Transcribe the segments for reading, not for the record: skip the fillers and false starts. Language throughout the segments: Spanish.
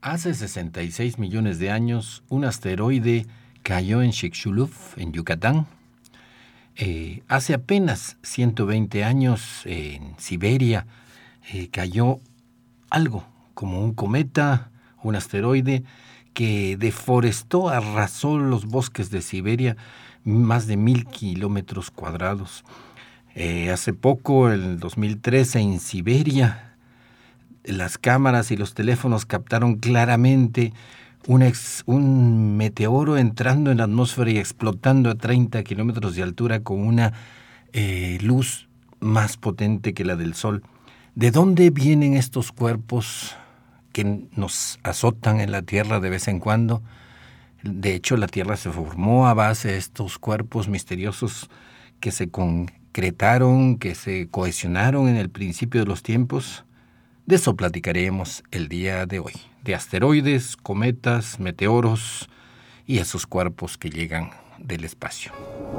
Hace 66 millones de años, un asteroide cayó en Chicxulub, en Yucatán. Hace apenas 120 años, en Siberia, cayó algo como un cometa, un asteroide que deforestó, arrasó los bosques de Siberia, más de 1,000 kilómetros cuadrados. Hace poco, en el 2013, en Siberia, las cámaras y los teléfonos captaron claramente un meteoro entrando en la atmósfera y explotando a 30 kilómetros de altura con una luz más potente que la del Sol. ¿De dónde vienen estos cuerpos que nos azotan en la Tierra de vez en cuando? De hecho, la Tierra se formó a base de estos cuerpos misteriosos que se concretaron, que se cohesionaron en el principio de los tiempos. De eso platicaremos el día de hoy, de asteroides, cometas, meteoros y esos cuerpos que llegan del espacio.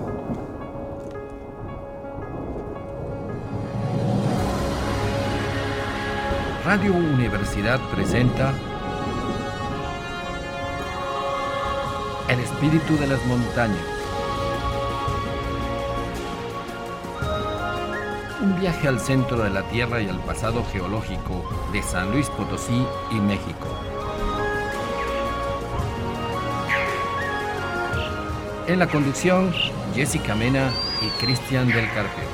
Radio Universidad presenta El espíritu de las montañas. Un viaje al centro de la Tierra y al pasado geológico de San Luis Potosí y México. En la conducción, Jessica Mena y Cristian del Carpio.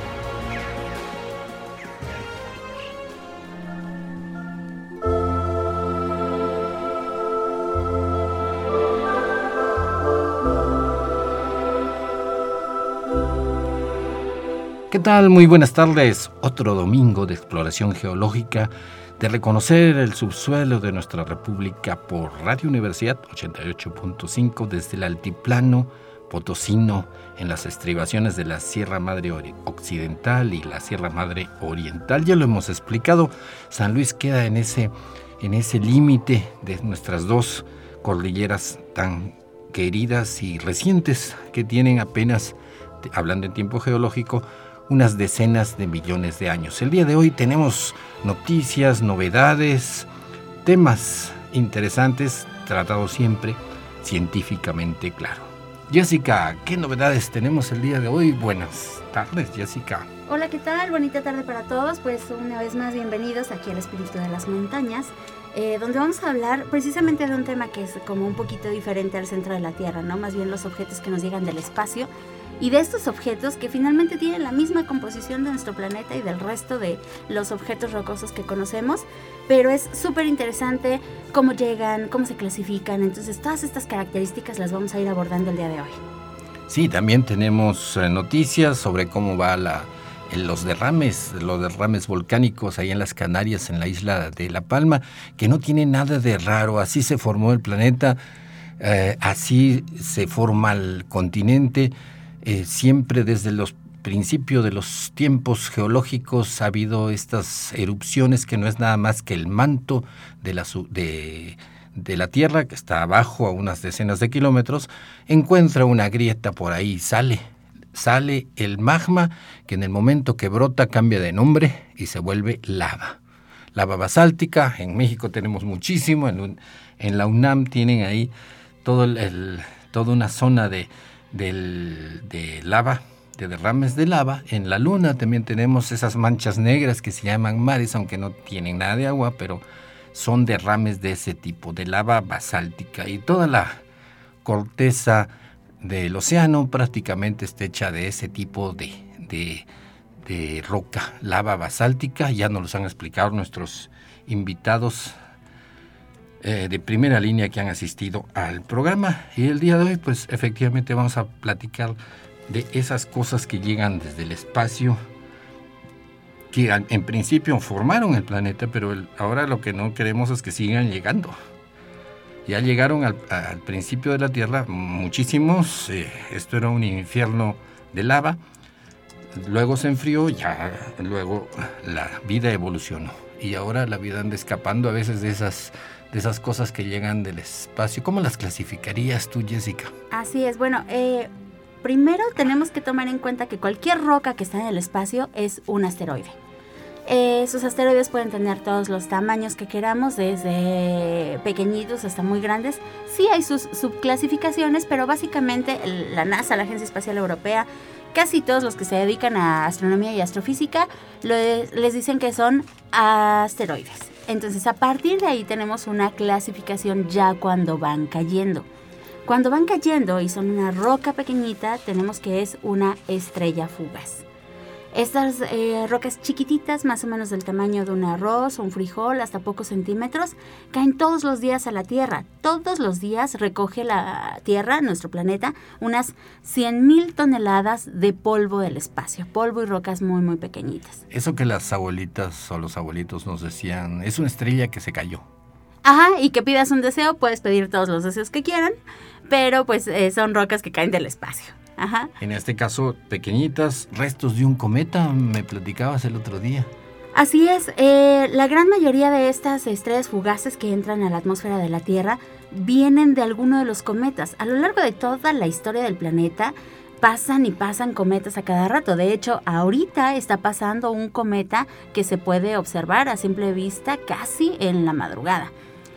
¿Qué tal? Muy buenas tardes. Otro domingo de exploración geológica, de reconocer el subsuelo de nuestra república por Radio Universidad 88.5 desde el altiplano potosino en las estribaciones de la Sierra Madre Occidental y la Sierra Madre Oriental. Ya lo hemos explicado, San Luis queda en ese límite de nuestras dos cordilleras tan queridas y recientes que tienen apenas, hablando en tiempo geológico, unas decenas de millones de años. El día de hoy tenemos noticias, novedades, temas interesantes, tratados siempre científicamente claro. Jessica, ¿qué novedades tenemos el día de hoy? Buenas tardes, Jessica. Hola, ¿qué tal? Bonita tarde para todos. Pues una vez más, bienvenidos aquí al Espíritu de las Montañas, donde vamos a hablar precisamente de un tema que es como un poquito diferente al centro de la Tierra, ¿no? Más bien los objetos que nos llegan del espacio y de estos objetos que finalmente tienen la misma composición de nuestro planeta y del resto de los objetos rocosos que conocemos, pero es súper interesante cómo llegan, cómo se clasifican. Entonces todas estas características las vamos a ir abordando el día de hoy. Sí, también tenemos noticias sobre cómo va los derrames volcánicos ahí en las Canarias, en la isla de La Palma, que no tiene nada de raro. Así se formó el planeta, así se forma el continente. Siempre desde los principios de los tiempos geológicos ha habido estas erupciones que no es nada más que el manto de la Tierra, que está abajo a unas decenas de kilómetros, encuentra una grieta por ahí, sale el magma, que en el momento que brota cambia de nombre y se vuelve lava. Lava basáltica. En México tenemos muchísimo, en la UNAM tienen ahí toda una zona de lava, de derrames de lava. En la Luna también tenemos esas manchas negras que se llaman mares, aunque no tienen nada de agua, pero son derrames de ese tipo, de lava basáltica. Y toda la corteza del océano prácticamente está hecha de ese tipo de roca, lava basáltica. Ya nos los han explicado nuestros invitados de primera línea que han asistido al programa, y el día de hoy pues efectivamente vamos a platicar de esas cosas que llegan desde el espacio, que en principio formaron el planeta, pero ahora lo que no queremos es que sigan llegando. Ya llegaron al principio de la Tierra muchísimos, esto era un infierno de lava, luego se enfrió, luego la vida evolucionó, y ahora la vida anda escapando a veces de esas cosas que llegan del espacio. ¿Cómo las clasificarías tú, Jessica? Así es, bueno, primero tenemos que tomar en cuenta que cualquier roca que está en el espacio es un asteroide. Sus asteroides pueden tener todos los tamaños que queramos, desde pequeñitos hasta muy grandes. Sí hay sus subclasificaciones, pero básicamente la NASA, la Agencia Espacial Europea, casi todos los que se dedican a astronomía y astrofísica les dicen que son asteroides. Entonces, a partir de ahí tenemos una clasificación ya cuando van cayendo. Cuando van cayendo y son una roca pequeñita, tenemos que es una estrella fugaz. Estas rocas chiquititas, más o menos del tamaño de un arroz o un frijol, hasta pocos centímetros, caen todos los días a la Tierra. Todos los días recoge la Tierra, nuestro planeta, unas 100,000 toneladas de polvo del espacio. Polvo y rocas muy, muy pequeñitas. Eso que las abuelitas o los abuelitos nos decían, es una estrella que se cayó. Ajá, y que pidas un deseo, puedes pedir todos los deseos que quieran, pero pues son rocas que caen del espacio. Ajá. En este caso, pequeñitas, restos de un cometa, me platicabas el otro día. Así es, la gran mayoría de estas estrellas fugaces que entran a la atmósfera de la Tierra vienen de alguno de los cometas. A lo largo de toda la historia del planeta pasan y pasan cometas a cada rato. De hecho, ahorita está pasando un cometa que se puede observar a simple vista casi en la madrugada.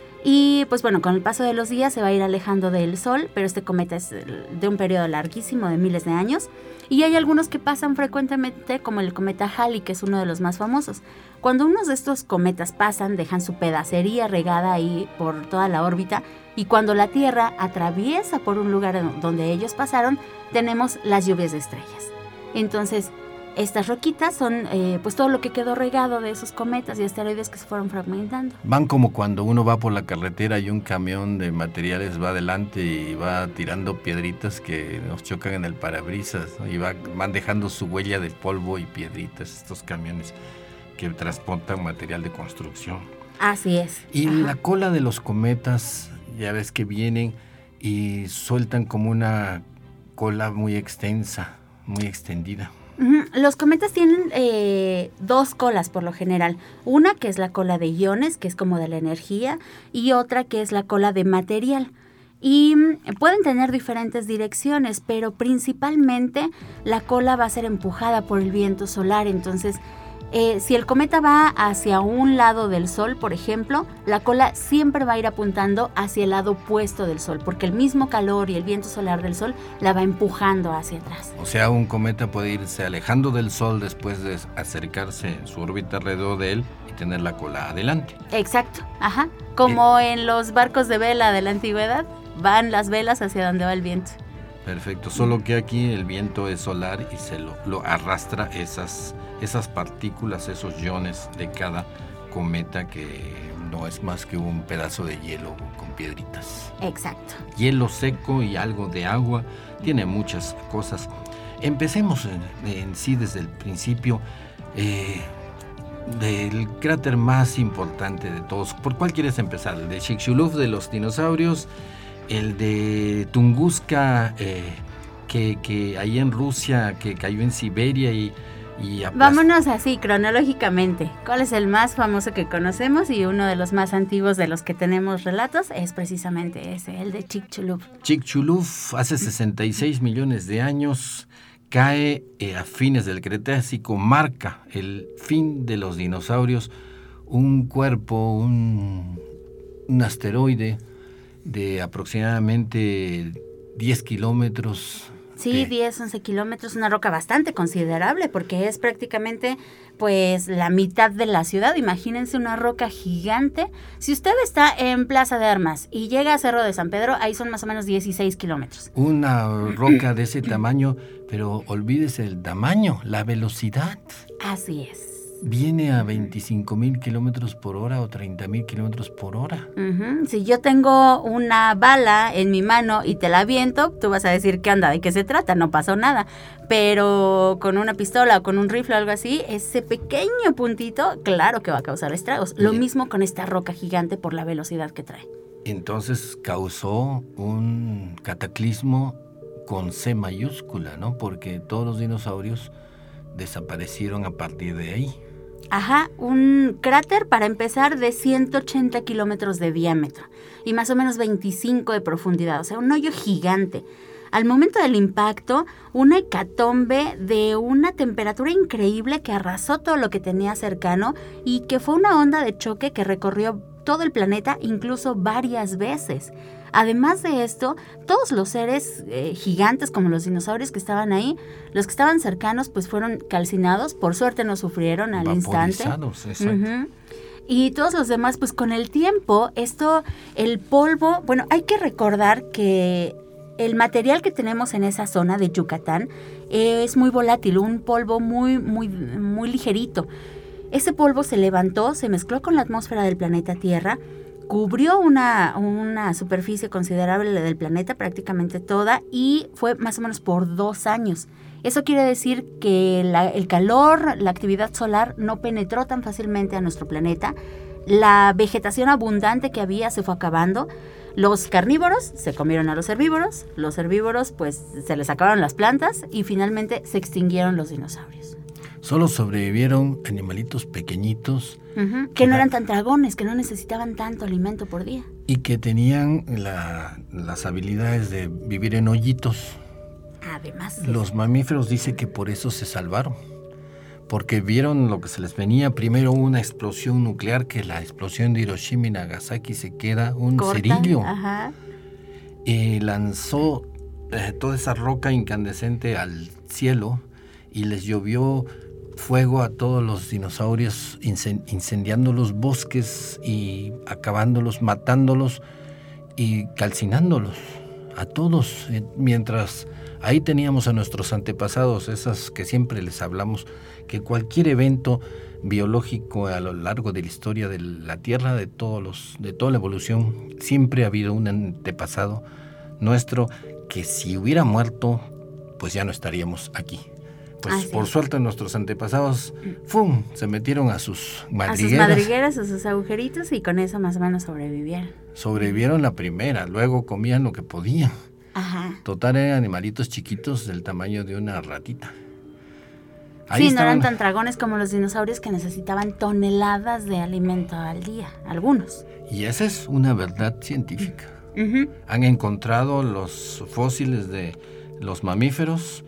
Y pues bueno, con el paso de los días se va a ir alejando del Sol, pero este cometa es de un periodo larguísimo de miles de años. Y hay algunos que pasan frecuentemente, como el cometa Halley, que es uno de los más famosos. Cuando unos de estos cometas pasan, dejan su pedacería regada ahí por toda la órbita, y cuando la Tierra atraviesa por un lugar donde ellos pasaron, tenemos las lluvias de estrellas. Entonces, estas roquitas son pues todo lo que quedó regado de esos cometas y asteroides que se fueron fragmentando. Van como cuando uno va por la carretera y un camión de materiales va adelante y va tirando piedritas que nos chocan en el parabrisas, ¿no? Y van dejando su huella de polvo y piedritas, estos camiones que transportan material de construcción. Así es. Y la cola de los cometas, ya ves que vienen y sueltan como una cola muy extensa, muy extendida. Los cometas tienen dos colas por lo general. Una que es la cola de iones, que es como de la energía, y otra que es la cola de material. Y pueden tener diferentes direcciones, pero principalmente la cola va a ser empujada por el viento solar. Entonces, si el cometa va hacia un lado del Sol, por ejemplo, la cola siempre va a ir apuntando hacia el lado opuesto del Sol, porque el mismo calor y el viento solar del Sol la va empujando hacia atrás. O sea, un cometa puede irse alejando del Sol después de acercarse en su órbita alrededor de él y tener la cola adelante. Exacto, ajá. Como en los barcos de vela de la antigüedad, van las velas hacia donde va el viento. Perfecto, solo que aquí el viento es solar y se lo arrastra esas partículas, esos iones de cada cometa, que no es más que un pedazo de hielo con piedritas. Exacto. Hielo seco y algo de agua, tiene muchas cosas. Empecemos en sí desde el principio, del cráter más importante de todos. ¿Por cuál quieres empezar? ¿El de Chicxulub de los dinosaurios? ¿El de Tunguska, que ahí en Rusia, que cayó en Siberia y Vámonos así, cronológicamente. ¿Cuál es el más famoso que conocemos y uno de los más antiguos de los que tenemos relatos? Es precisamente ese, el de Chicxulub. Chicxulub, hace 66 millones de años, cae a fines del Cretácico, marca el fin de los dinosaurios. Un cuerpo, un asteroide de aproximadamente 10 kilómetros. Sí, 10, 11 kilómetros, una roca bastante considerable porque es prácticamente pues la mitad de la ciudad. Imagínense una roca gigante. Si usted está en Plaza de Armas y llega a Cerro de San Pedro, ahí son más o menos 16 kilómetros. Una roca de ese tamaño, pero olvídese el tamaño, la velocidad. Así es. Viene a 25,000 kilómetros por hora o 30,000 kilómetros por hora. Si yo tengo una bala en mi mano y te la aviento, tú vas a decir, ¿qué onda? ¿De qué se trata? No pasó nada. Pero con una pistola o con un rifle o algo así, ese pequeño puntito, claro que va a causar estragos. Lo mismo con esta roca gigante por la velocidad que trae. Entonces causó un cataclismo con C mayúscula, ¿no? Porque todos los dinosaurios desaparecieron a partir de ahí. Ajá, un cráter para empezar de 180 kilómetros de diámetro y más o menos 25 de profundidad, o sea, un hoyo gigante. Al momento del impacto, una hecatombe de una temperatura increíble que arrasó todo lo que tenía cercano y que fue una onda de choque que recorrió todo el planeta, incluso varias veces. Además de esto, todos los seres gigantes como los dinosaurios que estaban ahí, los que estaban cercanos, pues fueron calcinados. Por suerte no sufrieron al instante. Exacto. Y todos los demás, pues con el tiempo, el polvo, bueno, hay que recordar que el material que tenemos en esa zona de Yucatán es muy volátil, un polvo muy, muy, muy ligerito. Ese polvo se levantó, se mezcló con la atmósfera del planeta Tierra, cubrió una superficie considerable del planeta, prácticamente toda, y fue más o menos por 2 años. Eso quiere decir que el calor, la actividad solar no penetró tan fácilmente a nuestro planeta. La vegetación abundante que había se fue acabando. Los carnívoros se comieron a los herbívoros pues se les acabaron las plantas y finalmente se extinguieron los dinosaurios. Solo sobrevivieron animalitos pequeñitos. Que no eran tan dragones, que no necesitaban tanto alimento por día. Y que tenían las habilidades de vivir en hoyitos. Además. Los mamíferos dicen que por eso se salvaron. Porque vieron lo que se les venía. Primero una explosión nuclear, que la explosión de Hiroshima y Nagasaki se queda un cerillo. Ajá. Y lanzó toda esa roca incandescente al cielo y les llovió fuego a todos los dinosaurios, incendiando los bosques y acabándolos, matándolos y calcinándolos a todos. Mientras ahí teníamos a nuestros antepasados, esas que siempre les hablamos, que cualquier evento biológico a lo largo de la historia de la Tierra, de toda la evolución, siempre ha habido un antepasado nuestro que si hubiera muerto, pues ya no estaríamos aquí. Pues por suerte nuestros antepasados ¡fum!, se metieron a sus madrigueras. A sus agujeritos, y con eso más o menos sobrevivieron. Sobrevivieron la primera, luego comían lo que podían. Ajá. Total, eran animalitos chiquitos del tamaño de una ratita. Sí, no eran tan dragones como los dinosaurios que necesitaban toneladas de alimento al día, algunos. Y esa es una verdad científica. Han encontrado los fósiles de los mamíferos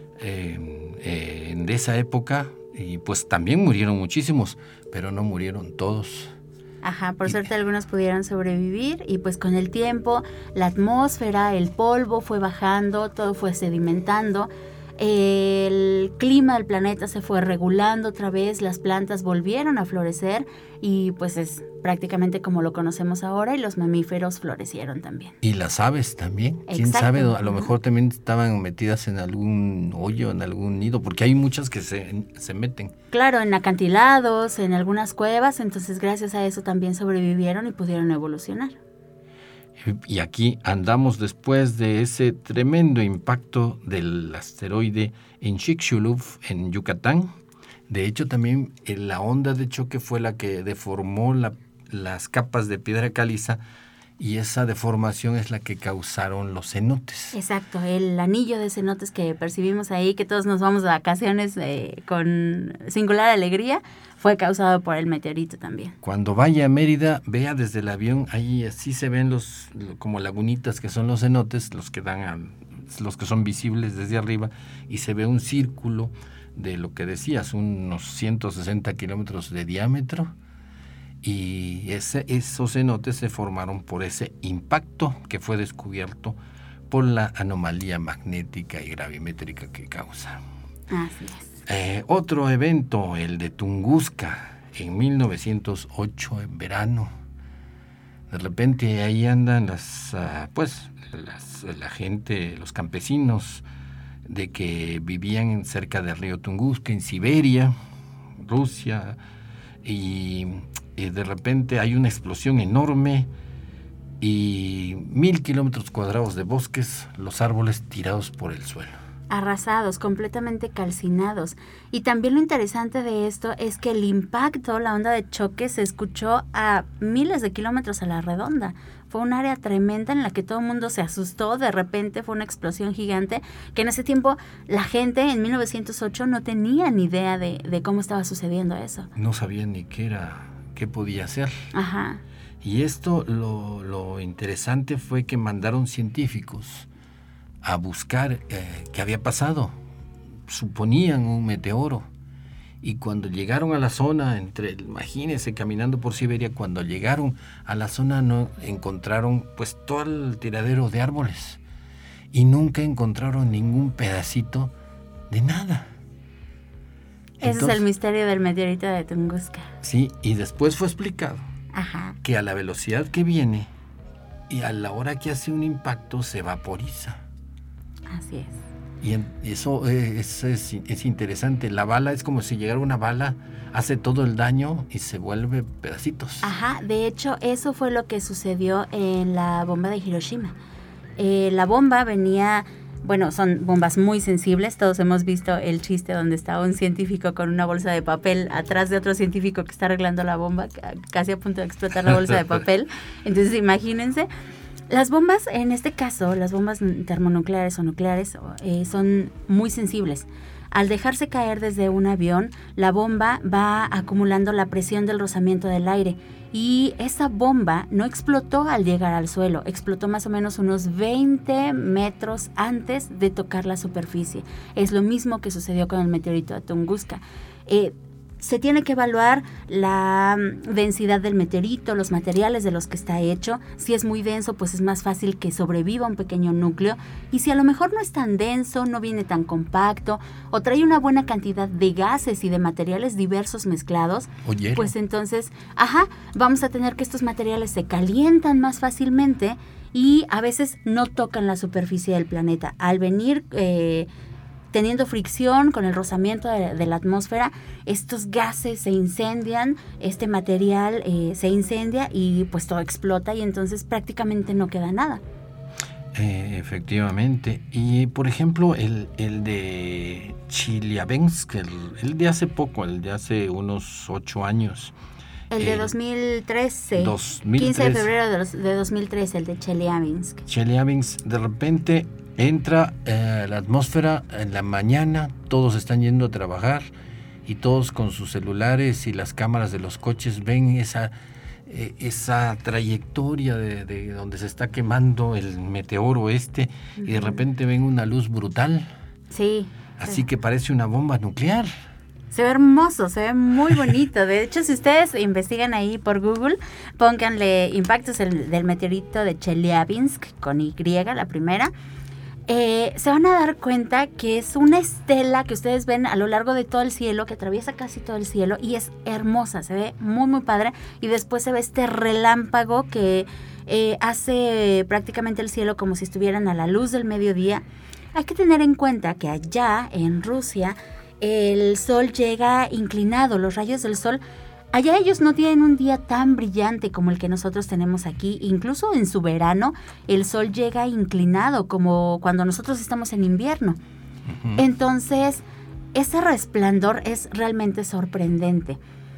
de esa época, y pues también murieron muchísimos, pero no murieron todos. Ajá, por suerte algunos pudieron sobrevivir, y pues con el tiempo la atmósfera, el polvo fue bajando, todo fue sedimentando, el clima del planeta se fue regulando otra vez, las plantas volvieron a florecer y pues es prácticamente como lo conocemos ahora, y los mamíferos florecieron también. Y las aves también. Exacto. ¿Quién sabe? A lo mejor también estaban metidas en algún hoyo, en algún nido, porque hay muchas que se meten. Claro, en acantilados, en algunas cuevas, entonces gracias a eso también sobrevivieron y pudieron evolucionar. Y aquí andamos después de ese tremendo impacto del asteroide en Chicxulub, en Yucatán. De hecho, también la onda de choque fue la que deformó las capas de piedra caliza, y esa deformación es la que causaron los cenotes. Exacto, el anillo de cenotes que percibimos ahí, que todos nos vamos de vacaciones con singular alegría, fue causado por el meteorito también. Cuando vaya a Mérida, vea desde el avión, ahí así se ven como lagunitas que son los cenotes, los que son visibles desde arriba, y se ve un círculo de lo que decías, unos 160 kilómetros de diámetro, y esos cenotes se formaron por ese impacto que fue descubierto por la anomalía magnética y gravimétrica que causa. Así es. Otro evento, el de Tunguska, en 1908, en verano. De repente ahí andan la gente, los campesinos de que vivían cerca del río Tunguska, en Siberia, Rusia, y de repente hay una explosión enorme y 1,000 kilómetros cuadrados de bosques, los árboles tirados por el suelo. Arrasados, completamente calcinados. Y también lo interesante de esto es que el impacto, la onda de choque, se escuchó a miles de kilómetros a la redonda. Fue un área tremenda en la que todo el mundo se asustó. De repente fue una explosión gigante que en ese tiempo la gente en 1908 no tenía ni idea de cómo estaba sucediendo eso. No sabían ni qué podía ser. Ajá. Y esto, lo interesante fue que mandaron científicos a buscar qué había pasado. Suponían un meteoro. Y cuando llegaron a la zona, imagínense, caminando por Siberia, cuando llegaron a la zona no encontraron pues todo el tiradero de árboles. Y nunca encontraron ningún pedacito de nada. Ese es el misterio del meteorito de Tunguska. Sí, y después fue explicado que a la velocidad que viene y a la hora que hace un impacto se vaporiza. Así es. Y eso es interesante. La bala es como si llegara una bala, hace todo el daño y se vuelve pedacitos. De hecho, eso fue lo que sucedió en la bomba de Hiroshima. La bomba venía, son bombas muy sensibles. Todos hemos visto el chiste donde está un científico con una bolsa de papel atrás de otro científico que está arreglando la bomba, casi a punto de explotar la bolsa de papel. Entonces, imagínense. Las bombas, en este caso, las bombas termonucleares o nucleares, son muy sensibles. Al dejarse caer desde un avión, la bomba va acumulando la presión del rozamiento del aire y esa bomba no explotó al llegar al suelo, explotó más o menos unos 20 metros antes de tocar la superficie. Es lo mismo que sucedió con el meteorito de Tunguska. Se tiene que evaluar la densidad del meteorito, los materiales de los que está hecho. Si es muy denso, pues es más fácil que sobreviva un pequeño núcleo. Y si a lo mejor no es tan denso, no viene tan compacto, o trae una buena cantidad de gases y de materiales diversos mezclados, pues entonces, vamos a tener que estos materiales se calientan más fácilmente y a veces no tocan la superficie del planeta. Al venir teniendo fricción con el rozamiento de la atmósfera, estos gases se incendian, este material se incendia y pues todo explota y entonces prácticamente no queda nada. Efectivamente. Y por ejemplo, el de Chelyabinsk, el de hace poco, el de hace unos 8 años. El de 2013. 15 de febrero de 2013, el de Chelyabinsk. Chelyabinsk, de repente entra la atmósfera en la mañana, todos están yendo a trabajar y todos con sus celulares y las cámaras de los coches ven esa trayectoria de donde se está quemando el meteoro y de repente ven una luz brutal. Sí. Así que parece una bomba nuclear. Se ve hermoso, se ve muy bonito. De hecho, si ustedes investigan ahí por Google, pónganle impactos del meteorito de Chelyabinsk con Y, la primera. Se van a dar cuenta que es una estela que ustedes ven a lo largo de todo el cielo, que atraviesa casi todo el cielo y es hermosa, se ve muy muy padre y después se ve este relámpago que hace prácticamente el cielo como si estuvieran a la luz del mediodía. Hay que tener en cuenta que allá en Rusia el sol llega inclinado, los rayos del sol. Allá ellos no tienen un día tan brillante como el que nosotros tenemos aquí. Incluso en su verano el sol llega inclinado como cuando nosotros estamos en invierno. Uh-huh. Entonces, ese resplandor es realmente sorprendente.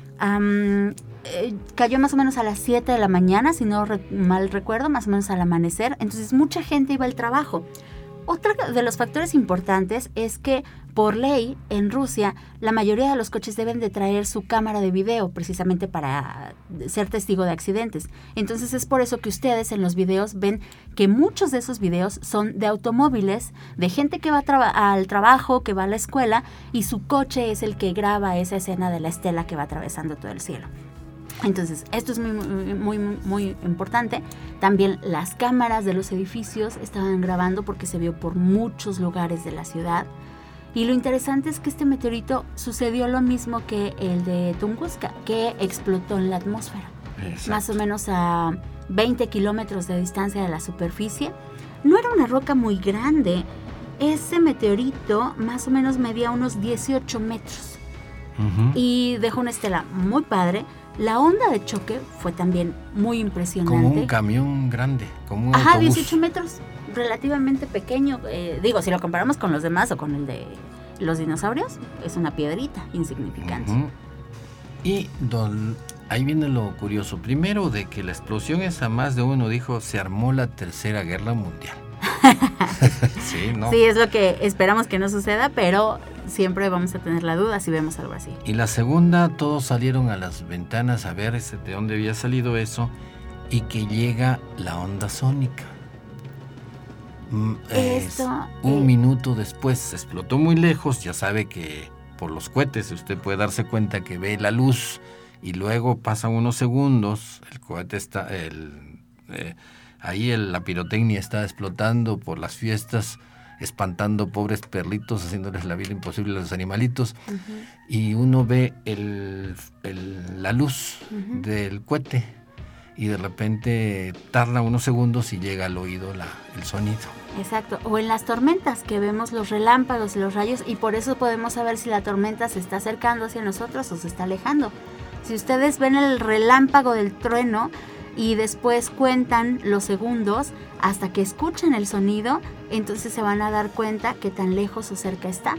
Cayó más o menos a las 7 de la mañana, si no mal recuerdo, más o menos al amanecer. Entonces, mucha gente iba al trabajo. Otro de los factores importantes es que por ley en Rusia la mayoría de los coches deben de traer su cámara de video precisamente para ser testigo de accidentes. Entonces es por eso que ustedes en los videos ven que muchos de esos videos son de automóviles, de gente que va al trabajo, que va a la escuela y su coche es el que graba esa escena de la estela que va atravesando todo el cielo. Entonces, esto es muy, muy, muy importante. También las cámaras de los edificios estaban grabando porque se vio por muchos lugares de la ciudad. Y lo interesante es que este meteorito sucedió lo mismo que el de Tunguska, que explotó en la atmósfera. Exacto. Más o menos a 20 kilómetros de distancia de la superficie. No era una roca muy grande. Ese meteorito más o menos medía unos 18 metros. Uh-huh. Y dejó una estela muy padre. La onda de choque fue también muy impresionante. Como un camión grande, como un autobús. 18 metros, relativamente pequeño. Si lo comparamos con los demás o con el de los dinosaurios, es una piedrita insignificante. Uh-huh. Y ahí viene lo curioso. Primero, de que la explosión esa, más de uno dijo, se armó la Tercera Guerra Mundial. Sí, ¿no? Sí, es lo que esperamos que no suceda, pero siempre vamos a tener la duda si vemos algo así. Y la segunda, todos salieron a las ventanas a ver de dónde había salido eso y que llega la onda sónica. Un minuto después explotó muy lejos. Ya sabe que por los cohetes usted puede darse cuenta que ve la luz y luego pasan unos segundos, el cohete está, la pirotecnia está explotando por las fiestas, espantando pobres perritos, haciéndoles la vida imposible a los animalitos, y uno ve la luz del cohete y de repente tarda unos segundos y llega al oído el sonido. Exacto, o en las tormentas que vemos los relámpagos y los rayos, y por eso podemos saber si la tormenta se está acercando hacia nosotros o se está alejando. Si ustedes ven el relámpago del trueno y después cuentan los segundos hasta que escuchan el sonido, entonces se van a dar cuenta que tan lejos o cerca está.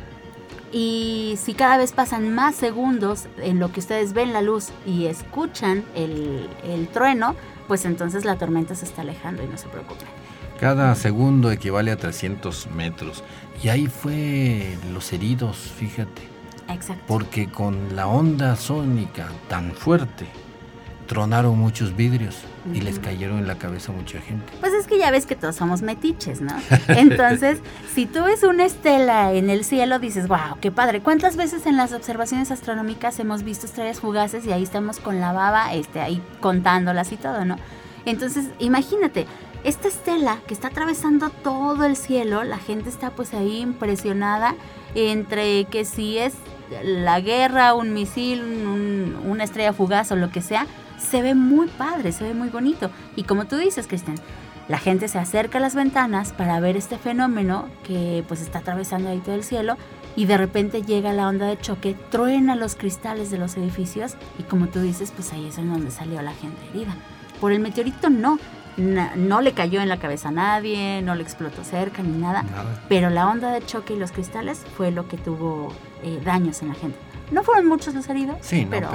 Y si cada vez pasan más segundos en lo que ustedes ven la luz y escuchan el trueno, pues entonces la tormenta se está alejando y no se preocupen. Cada segundo equivale a 300 metros. Y ahí fue los heridos, fíjate. Exacto. Porque con la onda sónica tan fuerte, tronaron muchos vidrios y les cayeron en la cabeza a mucha gente. Pues es que ya ves que todos somos metiches, ¿no? Entonces, si tú ves una estela en el cielo, dices, wow, qué padre. ¿Cuántas veces en las observaciones astronómicas hemos visto estrellas fugaces y ahí estamos con la baba ahí contándolas y todo, ¿no? Entonces, imagínate, esta estela que está atravesando todo el cielo, la gente está pues ahí impresionada entre que si es la guerra, un misil, una estrella fugaz o lo que sea, se ve muy padre, se ve muy bonito. Y como tú dices, Cristian, la gente se acerca a las ventanas para ver este fenómeno que pues está atravesando ahí todo el cielo, y de repente llega la onda de choque, truena los cristales de los edificios y como tú dices, pues ahí es en donde salió la gente herida. Por el meteorito no le cayó en la cabeza a nadie, no le explotó cerca ni nada. Pero la onda de choque y los cristales fue lo que tuvo daños en la gente. No fueron muchos los heridos, sí, pero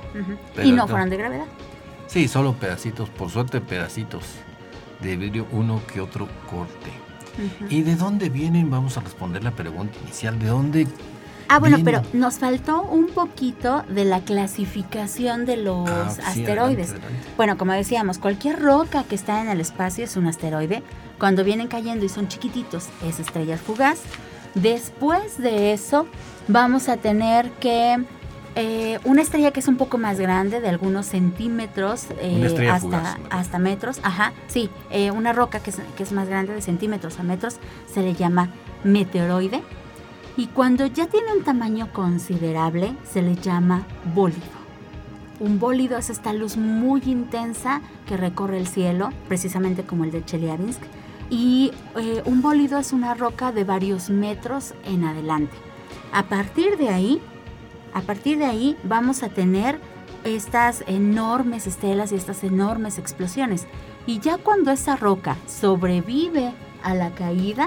y no fueron de gravedad. Sí, solo pedacitos, por suerte pedacitos de vidrio, uno que otro corte. ¿Y de dónde vienen? Vamos a responder la pregunta inicial. ¿De dónde bueno, vienen? pero nos faltó un poquito de la clasificación de los asteroides. Adelante. Bueno, como decíamos, cualquier roca que está en el espacio es un asteroide. Cuando vienen cayendo y son chiquititos, es estrella fugaz. Después de eso, vamos a tener que una estrella que es un poco más grande, de algunos centímetros hasta metros. Sí, una roca que es más grande, de centímetros a metros, se le llama meteoroide. Y cuando ya tiene un tamaño considerable, se le llama bólido. Un bólido es esta luz muy intensa que recorre el cielo, precisamente como el de Chelyabinsk. Y un bólido es una roca de varios metros en adelante. A partir de ahí vamos a tener estas enormes estelas y estas enormes explosiones. Y ya cuando esa roca sobrevive a la caída,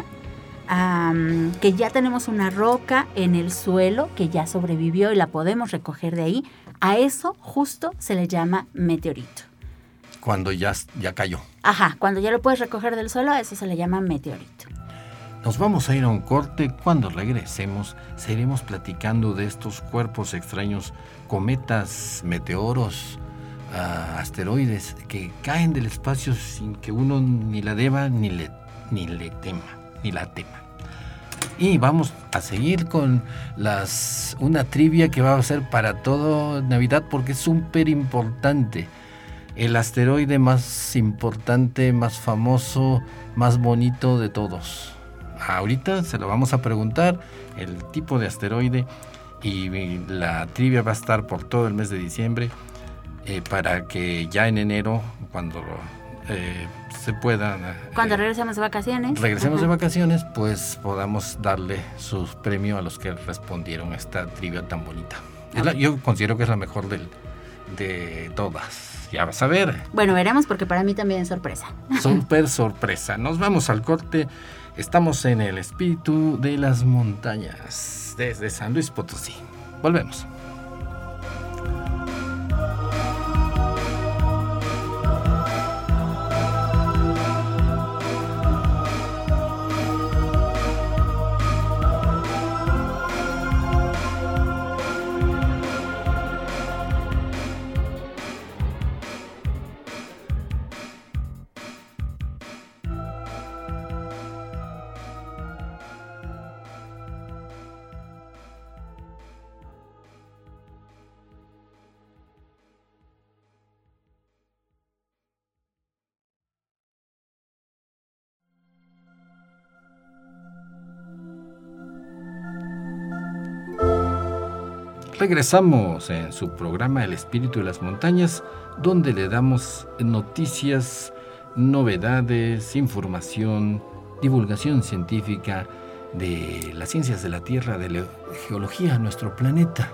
que ya tenemos una roca en el suelo que ya sobrevivió y la podemos recoger de ahí, a eso justo se le llama meteorito. Cuando ya cayó. Cuando ya lo puedes recoger del suelo, a eso se le llama meteorito. Nos vamos a ir a un corte. Cuando regresemos, seguiremos platicando de estos cuerpos extraños, cometas, meteoros, asteroides, que caen del espacio sin que uno ni la deba ni la tema. Y vamos a seguir con una trivia que va a ser para toda Navidad porque es súper importante. El asteroide más importante, más famoso, más bonito de todos. Ahorita se lo vamos a preguntar, el tipo de asteroide, y la trivia va a estar por todo el mes de diciembre para que ya en enero, cuando se pueda... Cuando regresemos de vacaciones. De vacaciones, pues podamos darle sus premios a los que respondieron a esta trivia tan bonita. Yo considero que es la mejor de todas. Ya vas a ver. Bueno, veremos porque para mí también es sorpresa. Súper sorpresa. Nos vamos al corte. Estamos en el espíritu de las montañas desde San Luis Potosí. Volvemos. Regresamos en su programa El Espíritu de las Montañas, donde le damos noticias, novedades, información, divulgación científica de las ciencias de la Tierra, de la geología, nuestro planeta,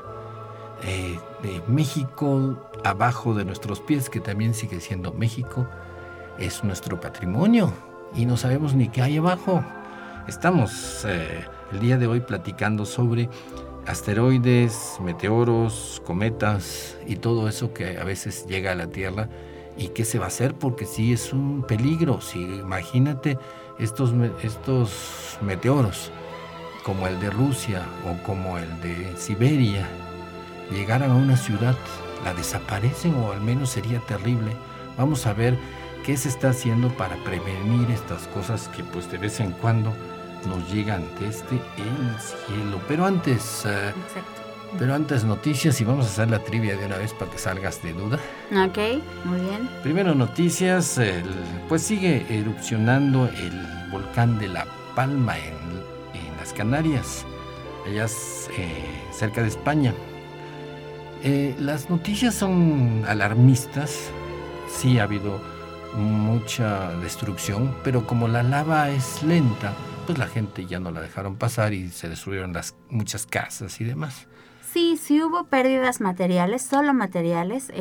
de México, abajo de nuestros pies, que también sigue siendo México, es nuestro patrimonio y no sabemos ni qué hay abajo. Estamos el día de hoy platicando sobre asteroides, meteoros, cometas y todo eso que a veces llega a la Tierra y qué se va a hacer, porque sí es un peligro. Sí, imagínate estos meteoros como el de Rusia o como el de Siberia llegaran a una ciudad, la desaparecen o al menos sería terrible. Vamos a ver qué se está haciendo para prevenir estas cosas que pues de vez en cuando nos llegan desde el cielo. Pero antes noticias, y vamos a hacer la trivia de una vez para que salgas de duda. Ok, muy bien. Primero noticias, pues sigue erupcionando el volcán de La Palma en las Canarias, allá cerca de España. Las noticias son alarmistas, sí ha habido mucha destrucción, pero como la lava es lenta, pues la gente ya no la dejaron pasar y se destruyeron muchas casas y demás. Sí hubo pérdidas materiales, solo materiales.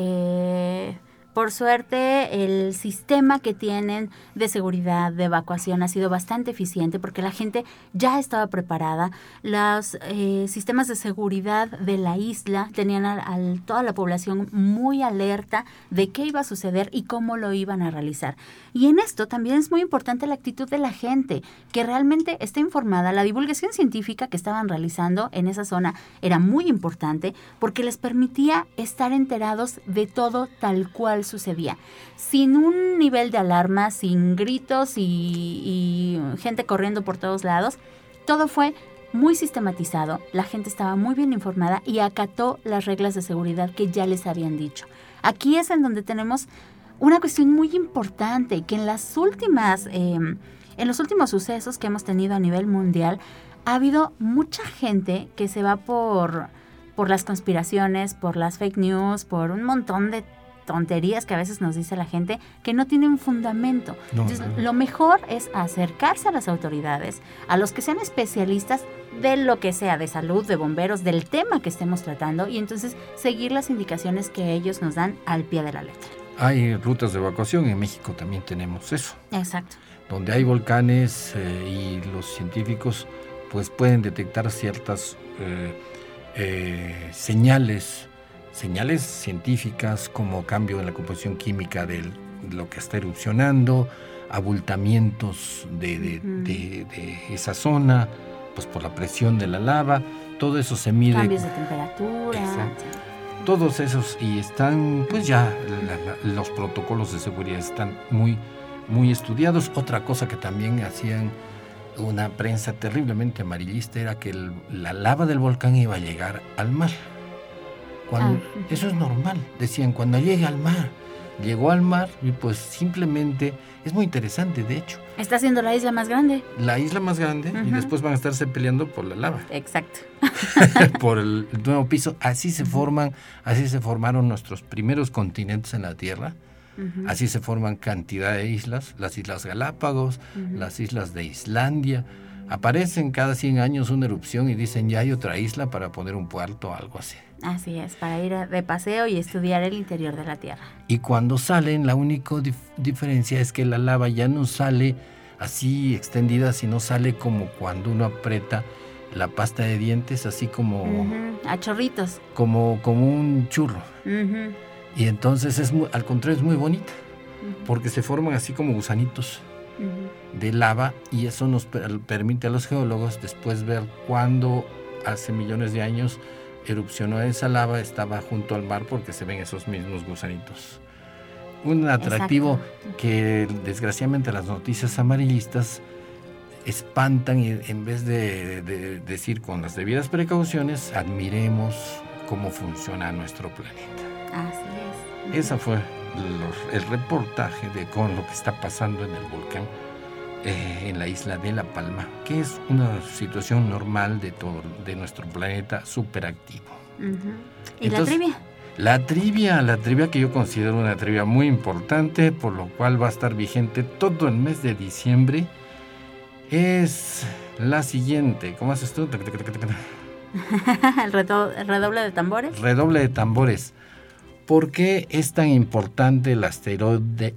Por suerte, el sistema que tienen de seguridad, de evacuación, ha sido bastante eficiente porque la gente ya estaba preparada. Los sistemas de seguridad de la isla tenían a toda la población muy alerta de qué iba a suceder y cómo lo iban a realizar. Y en esto también es muy importante la actitud de la gente, que realmente está informada. La divulgación científica que estaban realizando en esa zona era muy importante porque les permitía estar enterados de todo tal cual sucedía, sin un nivel de alarma, sin gritos y gente corriendo por todos lados. Todo fue muy sistematizado, la gente estaba muy bien informada y acató las reglas de seguridad que ya les habían dicho. Aquí es en donde tenemos una cuestión muy importante, que en los últimos sucesos que hemos tenido a nivel mundial, ha habido mucha gente que se va por las conspiraciones, por las fake news, por un montón de tonterías que a veces nos dice la gente que no tienen fundamento. Entonces, lo mejor es acercarse a las autoridades, a los que sean especialistas de lo que sea, de salud, de bomberos, del tema que estemos tratando, y entonces seguir las indicaciones que ellos nos dan al pie de la letra. Hay rutas de evacuación, en México también tenemos eso. Exacto. Donde hay volcanes y los científicos pues pueden detectar ciertas señales científicas, como cambio en la composición química de lo que está erupcionando, abultamientos de esa zona, pues por la presión de la lava. Todo eso se mide. Cambios de temperatura. Exacto. Todos esos, y están, pues ya los protocolos de seguridad están muy, muy estudiados. Otra cosa que también hacían una prensa terriblemente amarillista era que la lava del volcán iba a llegar al mar. Eso es normal, decían, cuando llegue al mar. Llegó al mar y pues simplemente, es muy interesante de hecho. Está siendo la isla más grande. La isla más grande, y después van a estarse peleando por la lava. Exacto. Por el nuevo piso. Así se formaron nuestros primeros continentes en la Tierra. Así se forman cantidad de islas, las Islas Galápagos, las islas de Islandia. Aparecen cada 100 años una erupción y dicen ya hay otra isla para poner un puerto o algo así. Así es, para ir de paseo y estudiar el interior de la Tierra. Y cuando salen, la única diferencia es que la lava ya no sale así extendida, sino sale como cuando uno aprieta la pasta de dientes, así como... A chorritos. Como un churro. Y entonces al contrario es muy bonita, porque se forman así como gusanitos de lava, y eso nos permite a los geólogos después ver cuándo hace millones de años erupcionó esa lava, estaba junto al mar, porque se ven esos mismos gusanitos. Un atractivo. Exacto. Que desgraciadamente las noticias amarillistas espantan, y en vez de decir con las debidas precauciones, admiremos cómo funciona nuestro planeta. Así es. Esa fue el reportaje con lo que está pasando en el volcán en la isla de La Palma, que es una situación normal de nuestro planeta superactivo. ¿Y entonces, la trivia? La trivia que yo considero una trivia muy importante, por lo cual va a estar vigente todo el mes de diciembre, es la siguiente. ¿Cómo haces tú? El redoble de tambores. Redoble de tambores. ¿Por qué es tan importante el asteroide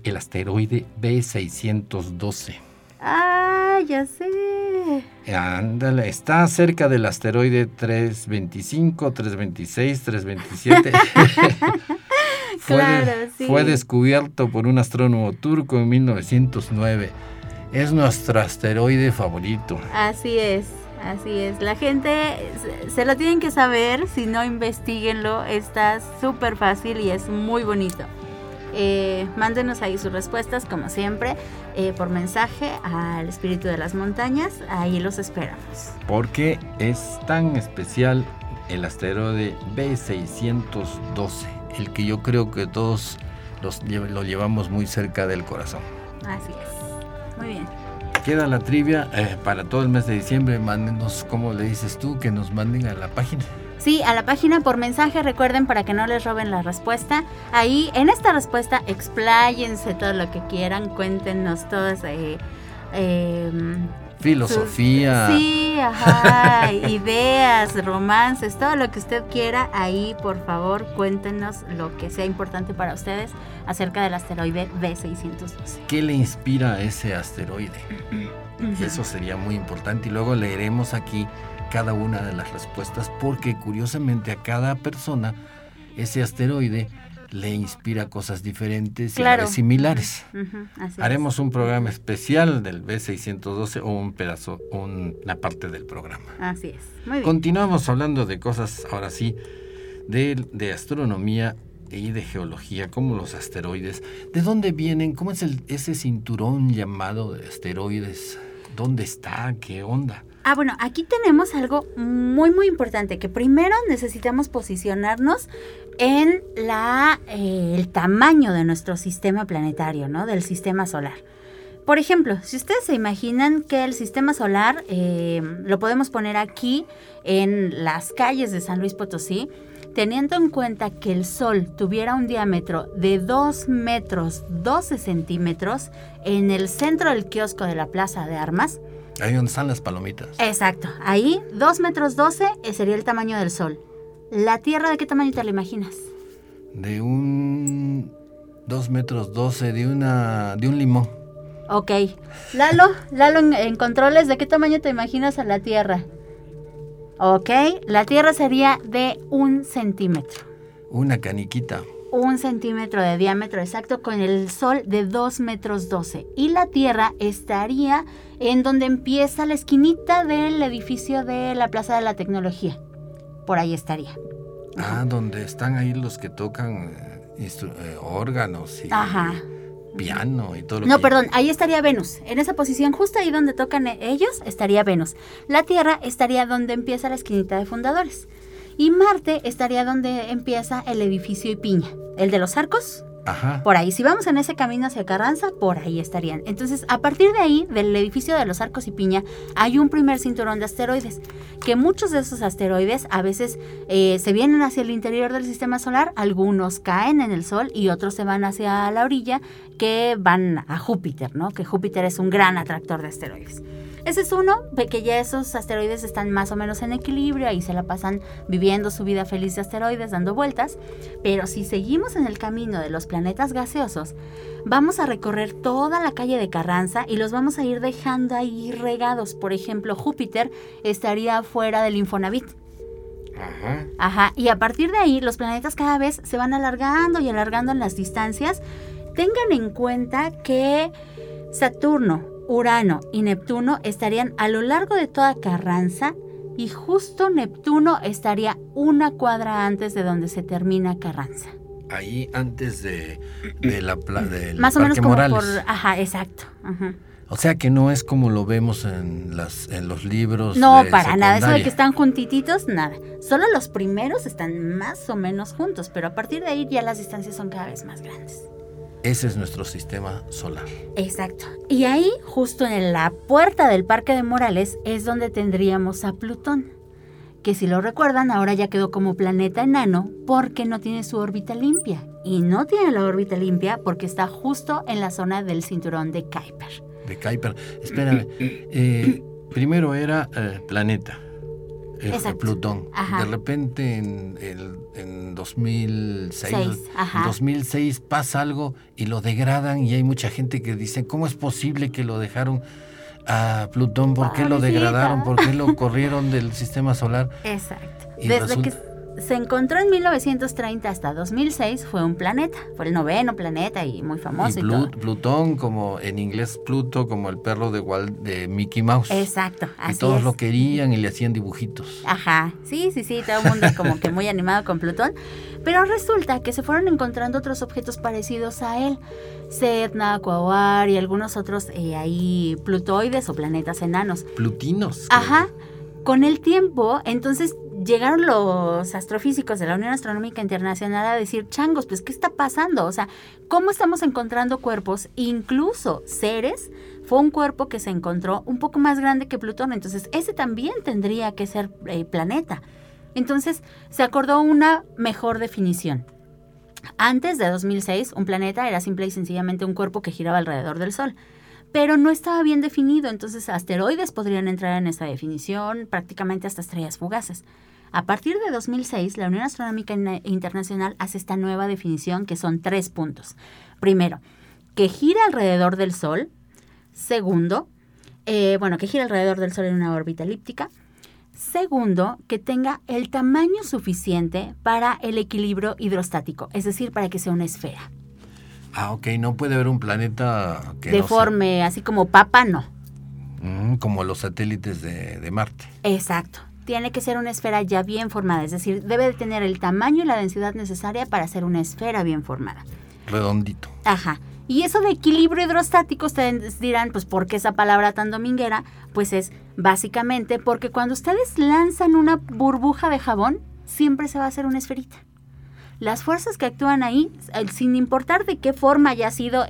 B612? Ah, ya sé. Ándale, está cerca del asteroide 325, 326, 327. Claro, sí. Fue descubierto por un astrónomo turco en 1909. Es nuestro asteroide favorito. Así es. La gente se lo tienen que saber, si no, investíguenlo. Está súper fácil y es muy bonito. Mándenos ahí sus respuestas, como siempre, por mensaje al Espíritu de las Montañas. Ahí los esperamos. ¿Por qué es tan especial el asteroide B612? El que yo creo que todos lo llevamos muy cerca del corazón. Así es. Muy bien. Queda la trivia para todo el mes de diciembre. Mándenos, ¿cómo le dices tú? Que nos manden a la página. Sí, a la página por mensaje, recuerden, para que no les roben la respuesta. Ahí, en esta respuesta, expláyense todo lo que quieran, cuéntenos todas filosofía. Sí, ajá, ideas, romances, todo lo que usted quiera. Ahí, por favor, cuéntenos lo que sea importante para ustedes acerca del asteroide B612. ¿Qué le inspira a ese asteroide? Eso sería muy importante. Y luego leeremos aquí cada una de las respuestas, porque curiosamente a cada persona ese asteroide le inspira cosas diferentes, claro, y similares. Haremos un programa especial del B612 o un pedazo, una parte del programa. Así es. Muy bien. Continuamos hablando de cosas, ahora sí, de astronomía y de geología, como los asteroides. ¿De dónde vienen? ¿Cómo es ese cinturón llamado de asteroides? ¿Dónde está? ¿Qué onda? Bueno, aquí tenemos algo muy, muy importante, que primero necesitamos posicionarnos en el tamaño de nuestro sistema planetario, ¿no? Del sistema solar. Por ejemplo, si ustedes se imaginan que el sistema solar lo podemos poner aquí en las calles de San Luis Potosí, teniendo en cuenta que el Sol tuviera un diámetro de 2 metros 12 centímetros en el centro del kiosco de la Plaza de Armas. Ahí donde están las palomitas. Exacto, ahí 2 metros 12 sería el tamaño del Sol. ¿La Tierra de qué tamaño te la imaginas? De 2 metros 12, de un limón. Ok. Lalo en controles, ¿de qué tamaño te imaginas a la Tierra? Ok, la Tierra sería de 1 centímetro. Una caniquita. 1 centímetro de diámetro exacto, con el Sol de 2 metros 12. Y la Tierra estaría en donde empieza la esquinita del edificio de la Plaza de la Tecnología. Por ahí estaría. Donde están ahí los que tocan órganos y piano y todo lo que... No, perdón, ahí estaría Venus. En esa posición, justo ahí donde tocan ellos, estaría Venus. La Tierra estaría donde empieza la esquinita de Fundadores. Y Marte estaría donde empieza el edificio Ipiña, el de los arcos. Ajá. Por ahí, si vamos en ese camino hacia Carranza, por ahí estarían. Entonces, a partir de ahí, del edificio de los arcos Ipiña, hay un primer cinturón de asteroides, que muchos de esos asteroides a veces se vienen hacia el interior del sistema solar, algunos caen en el Sol y otros se van hacia la orilla, que van a Júpiter, ¿no? Que Júpiter es un gran atractor de asteroides. Ese es uno, que ya esos asteroides están más o menos en equilibrio, ahí se la pasan viviendo su vida feliz de asteroides, dando vueltas. Pero si seguimos en el camino de los planetas gaseosos, vamos a recorrer toda la calle de Carranza y los vamos a ir dejando ahí regados. Por ejemplo, Júpiter estaría fuera del Infonavit. Ajá. Y a partir de ahí, los planetas cada vez se van alargando y alargando en las distancias. Tengan en cuenta que Saturno, Urano y Neptuno estarían a lo largo de toda Carranza, y justo Neptuno estaría 1 cuadra antes de donde se termina Carranza. Ahí antes del más o menos como Morales. Exacto. O sea que no es como lo vemos en los libros. No, para nada. Eso de que están juntititos, nada. Solo los primeros están más o menos juntos, pero a partir de ahí ya las distancias son cada vez más grandes. Ese es nuestro sistema solar. Exacto. Y ahí, justo en la puerta del Parque de Morales, es donde tendríamos a Plutón, que si lo recuerdan, ahora ya quedó como planeta enano porque no tiene su órbita limpia. Y no tiene la órbita limpia porque está justo en la zona del cinturón de Kuiper. De Kuiper. Espérame. Primero era planeta. Plutón. Ajá. De repente en 2006, Ajá. en 2006 pasa algo y lo degradan y hay mucha gente que dice, ¿cómo es posible que lo dejaron a Plutón? ¿Por qué lo degradaron? ¿Por qué lo corrieron del sistema solar? Exacto. Y Desde que se encontró en 1930 hasta 2006 fue un planeta, fue el 9º planeta y muy famoso. Y Plutón, como en inglés Pluto, como el perro de Mickey Mouse. Exacto, así es. Y todos lo querían y le hacían dibujitos. Ajá, sí, todo el mundo como que muy animado con Plutón. Pero resulta que se fueron encontrando otros objetos parecidos a él. Sedna, Quaoar y algunos otros ahí plutoides o planetas enanos. Plutinos. Ajá. Con el tiempo, entonces llegaron los astrofísicos de la Unión Astronómica Internacional a decir, changos, pues, ¿qué está pasando? O sea, ¿cómo estamos encontrando cuerpos? Incluso Ceres fue un cuerpo que se encontró un poco más grande que Plutón, entonces ese también tendría que ser planeta. Entonces se acordó una mejor definición. Antes de 2006, un planeta era simple y sencillamente un cuerpo que giraba alrededor del Sol. Pero no estaba bien definido, entonces asteroides podrían entrar en esa definición, prácticamente hasta estrellas fugaces. A partir de 2006, la Unión Astronómica Internacional hace esta nueva definición que son 3 puntos. Primero, que gira alrededor del Sol. Segundo, que gira alrededor del Sol en una órbita elíptica. Segundo, que tenga el tamaño suficiente para el equilibrio hidrostático, es decir, para que sea una esfera. Ok, no puede haber un planeta que deforme, así como papa, no. Como los satélites de Marte. Exacto. Tiene que ser una esfera ya bien formada, es decir, debe de tener el tamaño y la densidad necesaria para ser una esfera bien formada. Redondito. Ajá. Y eso de equilibrio hidrostático, ustedes dirán, pues, ¿por qué esa palabra tan dominguera? Pues es básicamente porque cuando ustedes lanzan una burbuja de jabón, siempre se va a hacer una esferita. Las fuerzas que actúan ahí, sin importar de qué forma haya sido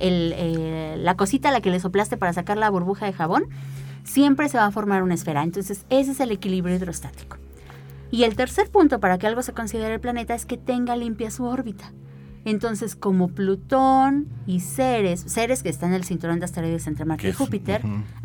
la cosita a la que le soplaste para sacar la burbuja de jabón, siempre se va a formar una esfera. Entonces, ese es el equilibrio hidrostático. Y el tercer punto para que algo se considere planeta es que tenga limpia su órbita. Entonces, como Plutón y Ceres que está en el cinturón de asteroides entre Marte y Júpiter,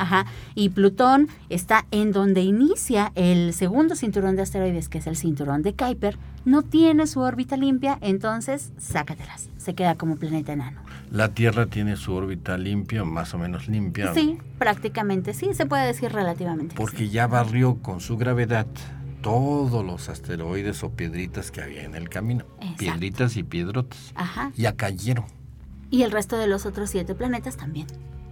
y Plutón está en donde inicia el segundo cinturón de asteroides, que es el cinturón de Kuiper, no tiene su órbita limpia, entonces sácatelas, se queda como planeta enano. ¿La Tierra tiene su órbita limpia, más o menos limpia? Sí, prácticamente sí, se puede decir relativamente. Porque sí. Ya barrió con su gravedad todos los asteroides o piedritas que había en el camino. Exacto. Piedritas y piedrotas. Ajá. Ya cayeron. Y el resto de los otros 7 planetas también.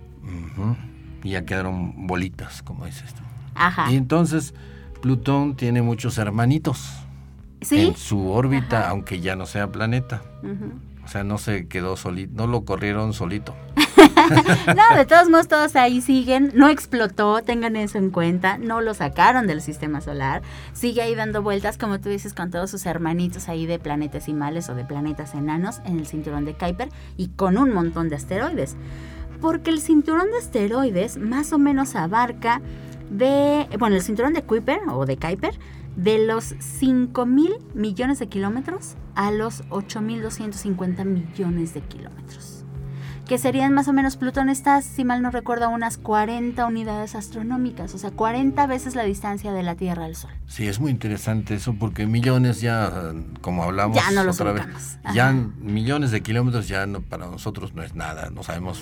Y ya quedaron bolitas, como dices tú. Ajá. Y entonces Plutón tiene muchos hermanitos. ¿Sí? En su órbita, aunque ya no sea planeta. O sea, no se quedó solito, no lo corrieron solito. No, de todos modos todos ahí siguen, no explotó, tengan eso en cuenta, no lo sacaron del sistema solar, sigue ahí dando vueltas, como tú dices, con todos sus hermanitos ahí de planetesimales o de planetas enanos en el cinturón de Kuiper y con un montón de asteroides. Porque el cinturón de asteroides más o menos abarca el cinturón de Kuiper o de Kuiper, de los 5,000 millones de kilómetros a los 8,250 millones de kilómetros. Que serían más o menos, Plutón está, si mal no recuerdo, unas 40 unidades astronómicas, o sea, 40 veces la distancia de la Tierra al Sol. Sí, es muy interesante eso, porque millones ya, como hablamos ya no otra vez, ya millones de kilómetros ya no, para nosotros no es nada, no sabemos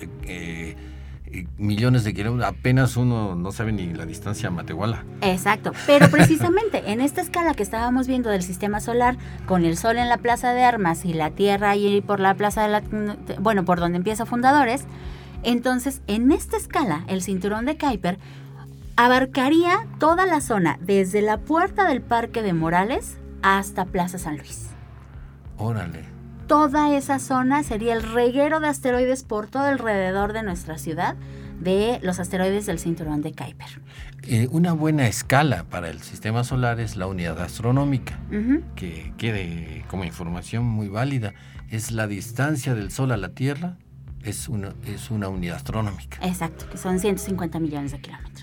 millones de kilómetros, apenas uno no sabe ni la distancia a Matehuala. Exacto, pero precisamente en esta escala que estábamos viendo del sistema solar, con el Sol en la Plaza de Armas y la Tierra ahí por la Plaza por donde empieza Fundadores, entonces en esta escala el cinturón de Kuiper abarcaría toda la zona, desde la puerta del Parque de Morales hasta Plaza San Luis. Órale. Toda esa zona sería el reguero de asteroides por todo alrededor de nuestra ciudad, de los asteroides del cinturón de Kuiper. Una buena escala para el sistema solar es la unidad astronómica, que quede como información muy válida. Es la distancia del Sol a la Tierra, es una unidad astronómica. Exacto, que son 150 millones de kilómetros.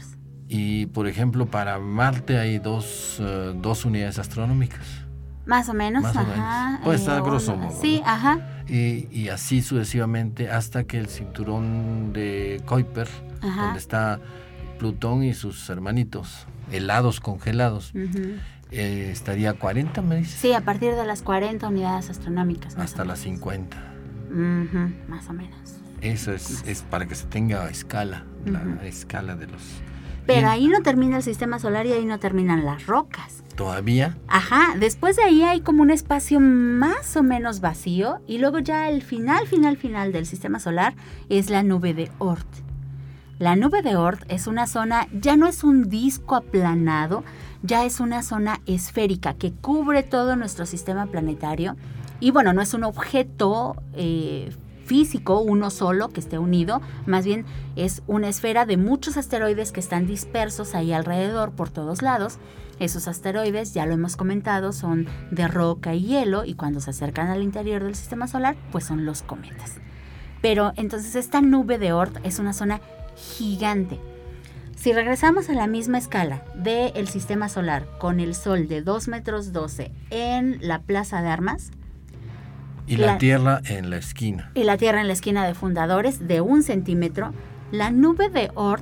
Y, por ejemplo, para Marte hay dos unidades astronómicas. Más o menos, Más o ajá. menos. Pues está grosso modo. Sí, ¿no? ajá. Y así sucesivamente hasta que el cinturón de Kuiper, Ajá. donde está Plutón y sus hermanitos, helados, congelados, estaría a 40, me dices. Sí, a partir de las 40 unidades astronómicas. Hasta las 50. Más o menos. Eso es para que se tenga escala, la escala de los... Pero ahí no termina el sistema solar y ahí no terminan las rocas. ¿Todavía? Ajá, después de ahí hay como un espacio más o menos vacío y luego ya el final del sistema solar es la nube de Oort. La nube de Oort es una zona, ya no es un disco aplanado, ya es una zona esférica que cubre todo nuestro sistema planetario y bueno, no es un objeto físico, uno solo que esté unido, más bien es una esfera de muchos asteroides que están dispersos ahí alrededor por todos lados. Esos asteroides, ya lo hemos comentado, son de roca y hielo y cuando se acercan al interior del sistema solar, pues son los cometas. Pero entonces esta nube de Oort es una zona gigante. Si regresamos a la misma escala del sistema solar con el Sol de 2,12 metros en la Plaza de Armas, y la Tierra en la esquina. Y la Tierra en la esquina de fundadores de 1 centímetro. La nube de Oort,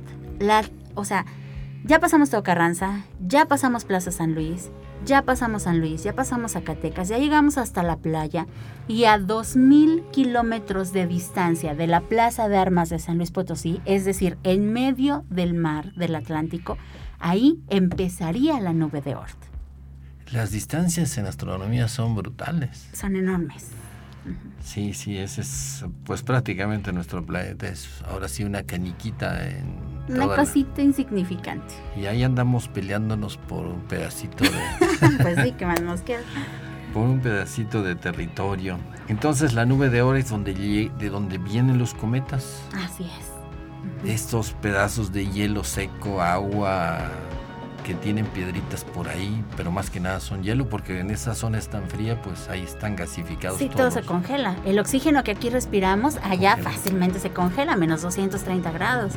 ya pasamos Teo Carranza, ya pasamos Plaza San Luis, ya pasamos San Luis, ya pasamos Zacatecas, ya llegamos hasta la playa y a 2,000 kilómetros de distancia de la Plaza de Armas de San Luis Potosí, es decir, en medio del mar del Atlántico, ahí empezaría la nube de Oort. Las distancias en astronomía son brutales. Son enormes. Sí, ese es pues prácticamente nuestro planeta, es ahora sí una caniquita una cosita insignificante. Y ahí andamos peleándonos por un pedacito de... Pues sí, ¿qué más nos queda? Por un pedacito de territorio. Entonces la nube de Oort es de donde vienen los cometas. Así es. Estos pedazos de hielo seco, agua... que tienen piedritas por ahí, pero más que nada son hielo, porque en esa zona es tan fría, pues ahí están gasificados sí, todos. todo se congela. El oxígeno que aquí respiramos, allá fácilmente se congela, a menos 230 grados.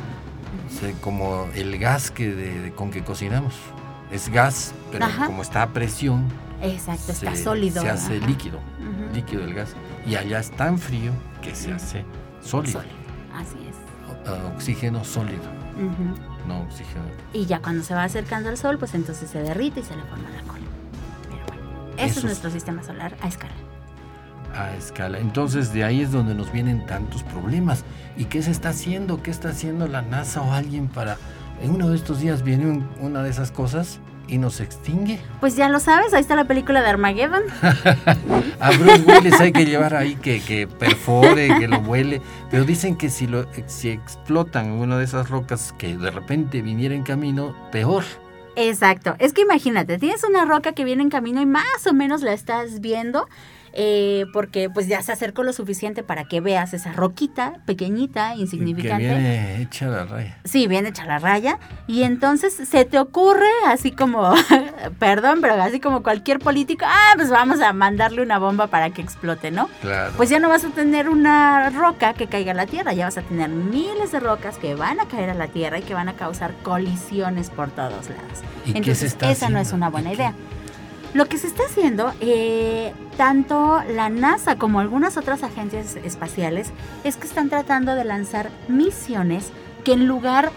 Como el gas con que cocinamos. Es gas, pero como está a presión... Exacto, está sólido. Se hace líquido el gas. Y allá es tan frío que se hace sólido. Así es. Oxígeno sólido. No oxígeno. Y ya cuando se va acercando al Sol, pues entonces se derrite y se le forma la cola. Pero bueno, eso es nuestro sistema solar a escala. A escala. Entonces de ahí es donde nos vienen tantos problemas. ¿Y qué se está haciendo? ¿Qué está haciendo la NASA o alguien para... En uno de estos días viene una de esas cosas y nos extingue? Pues ya lo sabes, ahí está la película de Armageddon. A Bruce Willis hay que llevar ahí que perfore, que lo vuele, pero dicen que si explotan una de esas rocas que de repente viniera en camino, peor. Exacto, es que imagínate, tienes una roca que viene en camino y más o menos la estás viendo, porque pues ya se acercó lo suficiente para que veas esa roquita pequeñita, insignificante. Que viene hecha la raya. Sí, viene hecha la raya. Y entonces se te ocurre, así como, perdón, pero así como cualquier político, pues vamos a mandarle una bomba para que explote, ¿no? Claro. Pues ya no vas a tener una roca que caiga a la Tierra, ya vas a tener miles de rocas que van a caer a la Tierra y que van a causar colisiones por todos lados. ¿Y entonces, qué se está esa haciendo? No es una buena idea. Lo que se está haciendo, tanto la NASA como algunas otras agencias espaciales, es que están tratando de lanzar misiones que en lugar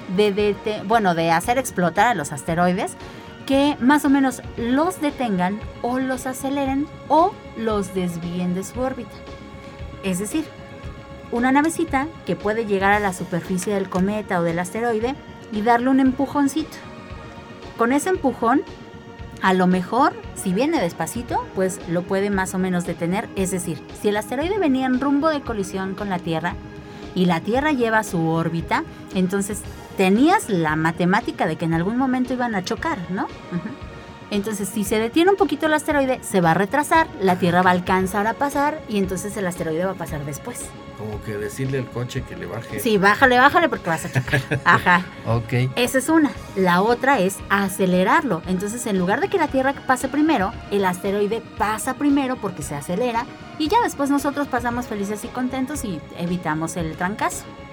de hacer explotar a los asteroides, que más o menos los detengan o los aceleren o los desvíen de su órbita. Es decir, una navecita que puede llegar a la superficie del cometa o del asteroide y darle un empujoncito. Con ese empujón, a lo mejor, si viene despacito, pues lo puede más o menos detener. Es decir, si el asteroide venía en rumbo de colisión con la Tierra y la Tierra lleva su órbita, entonces tenías la matemática de que en algún momento iban a chocar, ¿no? Entonces, si se detiene un poquito el asteroide, se va a retrasar, la Tierra va a alcanzar a pasar y entonces el asteroide va a pasar después. Como que decirle al coche que le baje. Sí, bájale porque vas a chocar. Ajá. Ok. Esa es una. La otra es acelerarlo. Entonces, en lugar de que la Tierra pase primero, el asteroide pasa primero porque se acelera y ya después nosotros pasamos felices y contentos y evitamos el trancazo.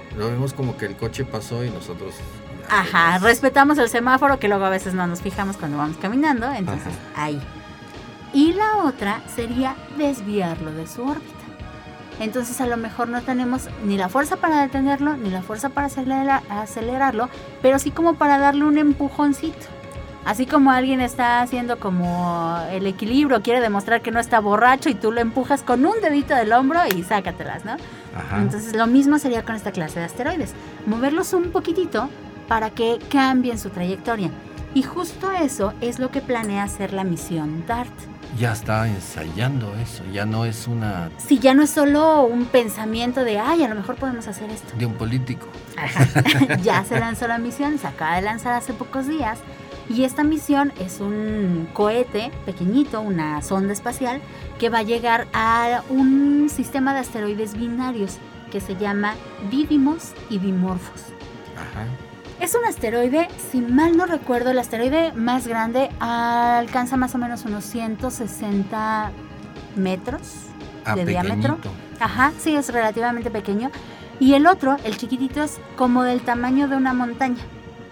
Lo vemos como que el coche pasó y nosotros... Ajá, respetamos el semáforo, que luego a veces no nos fijamos cuando vamos caminando, entonces ahí. Y la otra sería desviarlo de su órbita. Entonces a lo mejor no tenemos ni la fuerza para detenerlo, ni la fuerza para acelerarlo, pero sí como para darle un empujoncito. Así como alguien está haciendo como el equilibrio, quiere demostrar que no está borracho y tú lo empujas con un dedito del hombro y sácatelas, ¿no? Ajá. Entonces lo mismo sería con esta clase de asteroides. Moverlos un poquitito para que cambien su trayectoria. Y justo eso es lo que planea hacer la misión DART. Ya está ensayando eso, ya no es una... Sí, ya no es solo un pensamiento de, ay, a lo mejor podemos hacer esto. De un político. Ajá. Ya se lanzó la misión, se acaba de lanzar hace pocos días. Y esta misión es un cohete pequeñito, una sonda espacial, que va a llegar a un sistema de asteroides binarios que se llama Didymos y Dimorphos. Ajá. Es un asteroide, si mal no recuerdo, el asteroide más grande alcanza más o menos unos 160 metros de diámetro. Ajá, sí, es relativamente pequeño. Y el otro, el chiquitito, es como del tamaño de una montaña.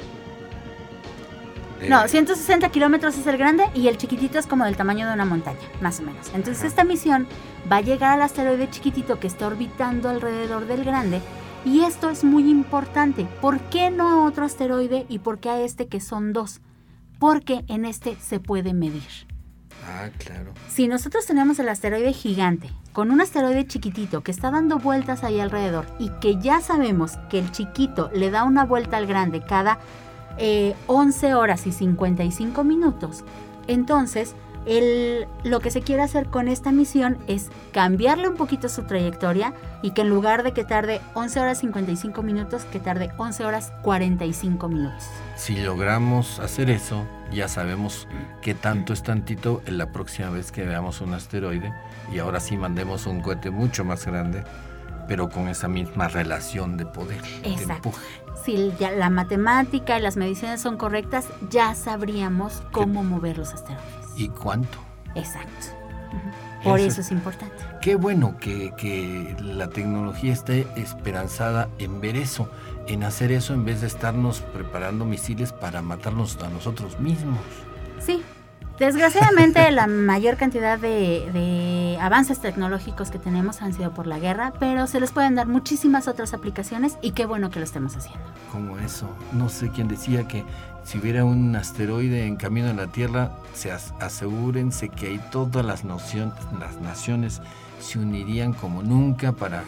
No, 160 kilómetros es el grande y el chiquitito es como del tamaño de una montaña, más o menos. Entonces esta misión va a llegar al asteroide chiquitito que está orbitando alrededor del grande. Y esto es muy importante. ¿Por qué no a otro asteroide y por qué a este, que son dos? Porque en este se puede medir. Ah, claro. Si nosotros tenemos el asteroide gigante con un asteroide chiquitito que está dando vueltas ahí alrededor y que ya sabemos que el chiquito le da una vuelta al grande cada 11 horas y 55 minutos, entonces lo que se quiere hacer con esta misión es cambiarle un poquito su trayectoria y que en lugar de que tarde 11 horas 55 minutos, que tarde 11 horas 45 minutos. Si logramos hacer eso, ya sabemos qué tanto es tantito en la próxima vez que veamos un asteroide, y ahora sí mandemos un cohete mucho más grande, pero con esa misma relación de poder. Exacto. De empuje. Si ya la matemática y las mediciones son correctas, ya sabríamos cómo mover los asteroides. ¿Y cuánto? Exacto. Por eso es importante. Qué bueno que la tecnología esté esperanzada en ver eso, en hacer eso, en vez de estarnos preparando misiles para matarnos a nosotros mismos. Sí. Desgraciadamente la mayor cantidad de avances tecnológicos que tenemos han sido por la guerra, pero se les pueden dar muchísimas otras aplicaciones y qué bueno que lo estemos haciendo. Como eso, no sé quién decía que si hubiera un asteroide en camino a la Tierra, asegúrense que ahí todas las naciones se unirían como nunca para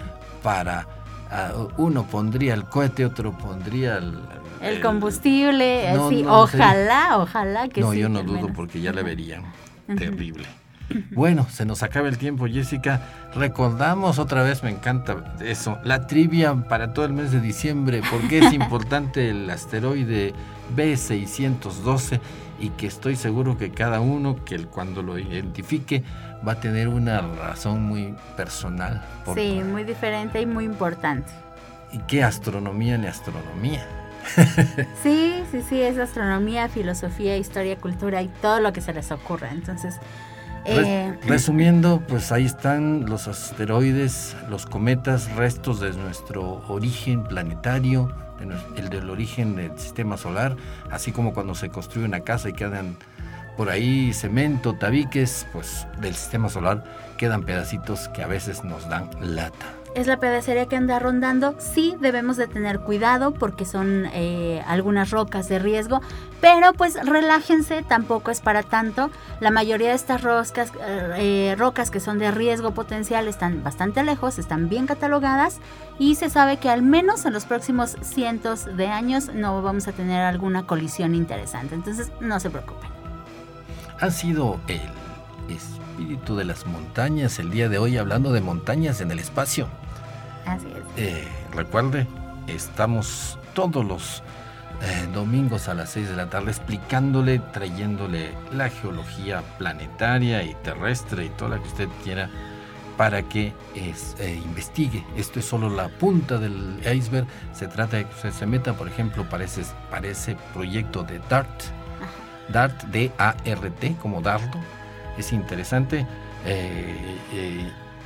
uno pondría el cohete, otro pondría el combustible, no, sí, no, ojalá que no, sí. yo no dudo porque ya la verían. Terrible. Bueno, se nos acaba el tiempo, Jessica. Recordamos otra vez, me encanta eso, la trivia para todo el mes de diciembre, porque es importante el asteroide B612 y que estoy seguro que cada uno que cuando lo identifique va a tener una razón muy personal. Sí, muy diferente y muy importante. ¿Y qué astronomía ni astronomía? Sí, es astronomía, filosofía, historia, cultura y todo lo que se les ocurra. Entonces, resumiendo, pues ahí están los asteroides, los cometas, restos de nuestro origen planetario, el del origen del sistema solar, así como cuando se construye una casa y quedan por ahí cemento, tabiques, pues del sistema solar quedan pedacitos que a veces nos dan lata. Es la pedacería que anda rondando. Sí, debemos de tener cuidado porque son algunas rocas de riesgo, pero pues relájense, tampoco es para tanto. La mayoría de estas rocas que son de riesgo potencial están bastante lejos, están bien catalogadas y se sabe que al menos en los próximos cientos de años no vamos a tener alguna colisión interesante, entonces no se preocupen. Ha sido el espíritu de las montañas el día de hoy, hablando de montañas en el espacio. Así es. Recuerde, estamos todos los domingos a las 6 de la tarde explicándole, trayéndole la geología planetaria y terrestre y toda la que usted quiera para que investigue. Esto es solo la punta del iceberg. Se trata de que usted se meta, por ejemplo, para ese proyecto de DART. DART, D-A-R-T, como dardo. Es interesante.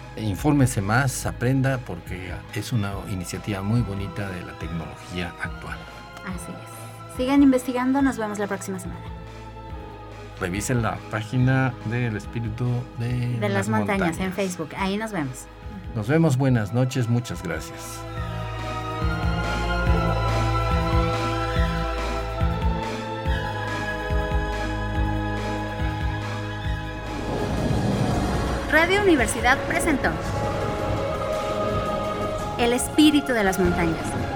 infórmese más, aprenda, porque es una iniciativa muy bonita de la tecnología actual. Así es. Sigan investigando, nos vemos la próxima semana. Revisen la página del Espíritu de las montañas en Facebook, ahí nos vemos. Nos vemos, buenas noches, muchas gracias. Radio Universidad presentó El Espíritu de las Montañas.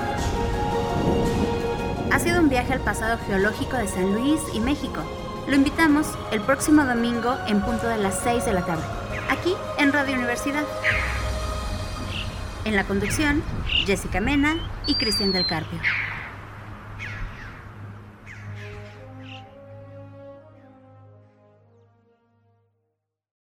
Ha sido un viaje al pasado geológico de San Luis y México. Lo invitamos el próximo domingo en punto de las 6 de la tarde, aquí en Radio Universidad. En la conducción, Jessica Mena y Cristian del Carpio.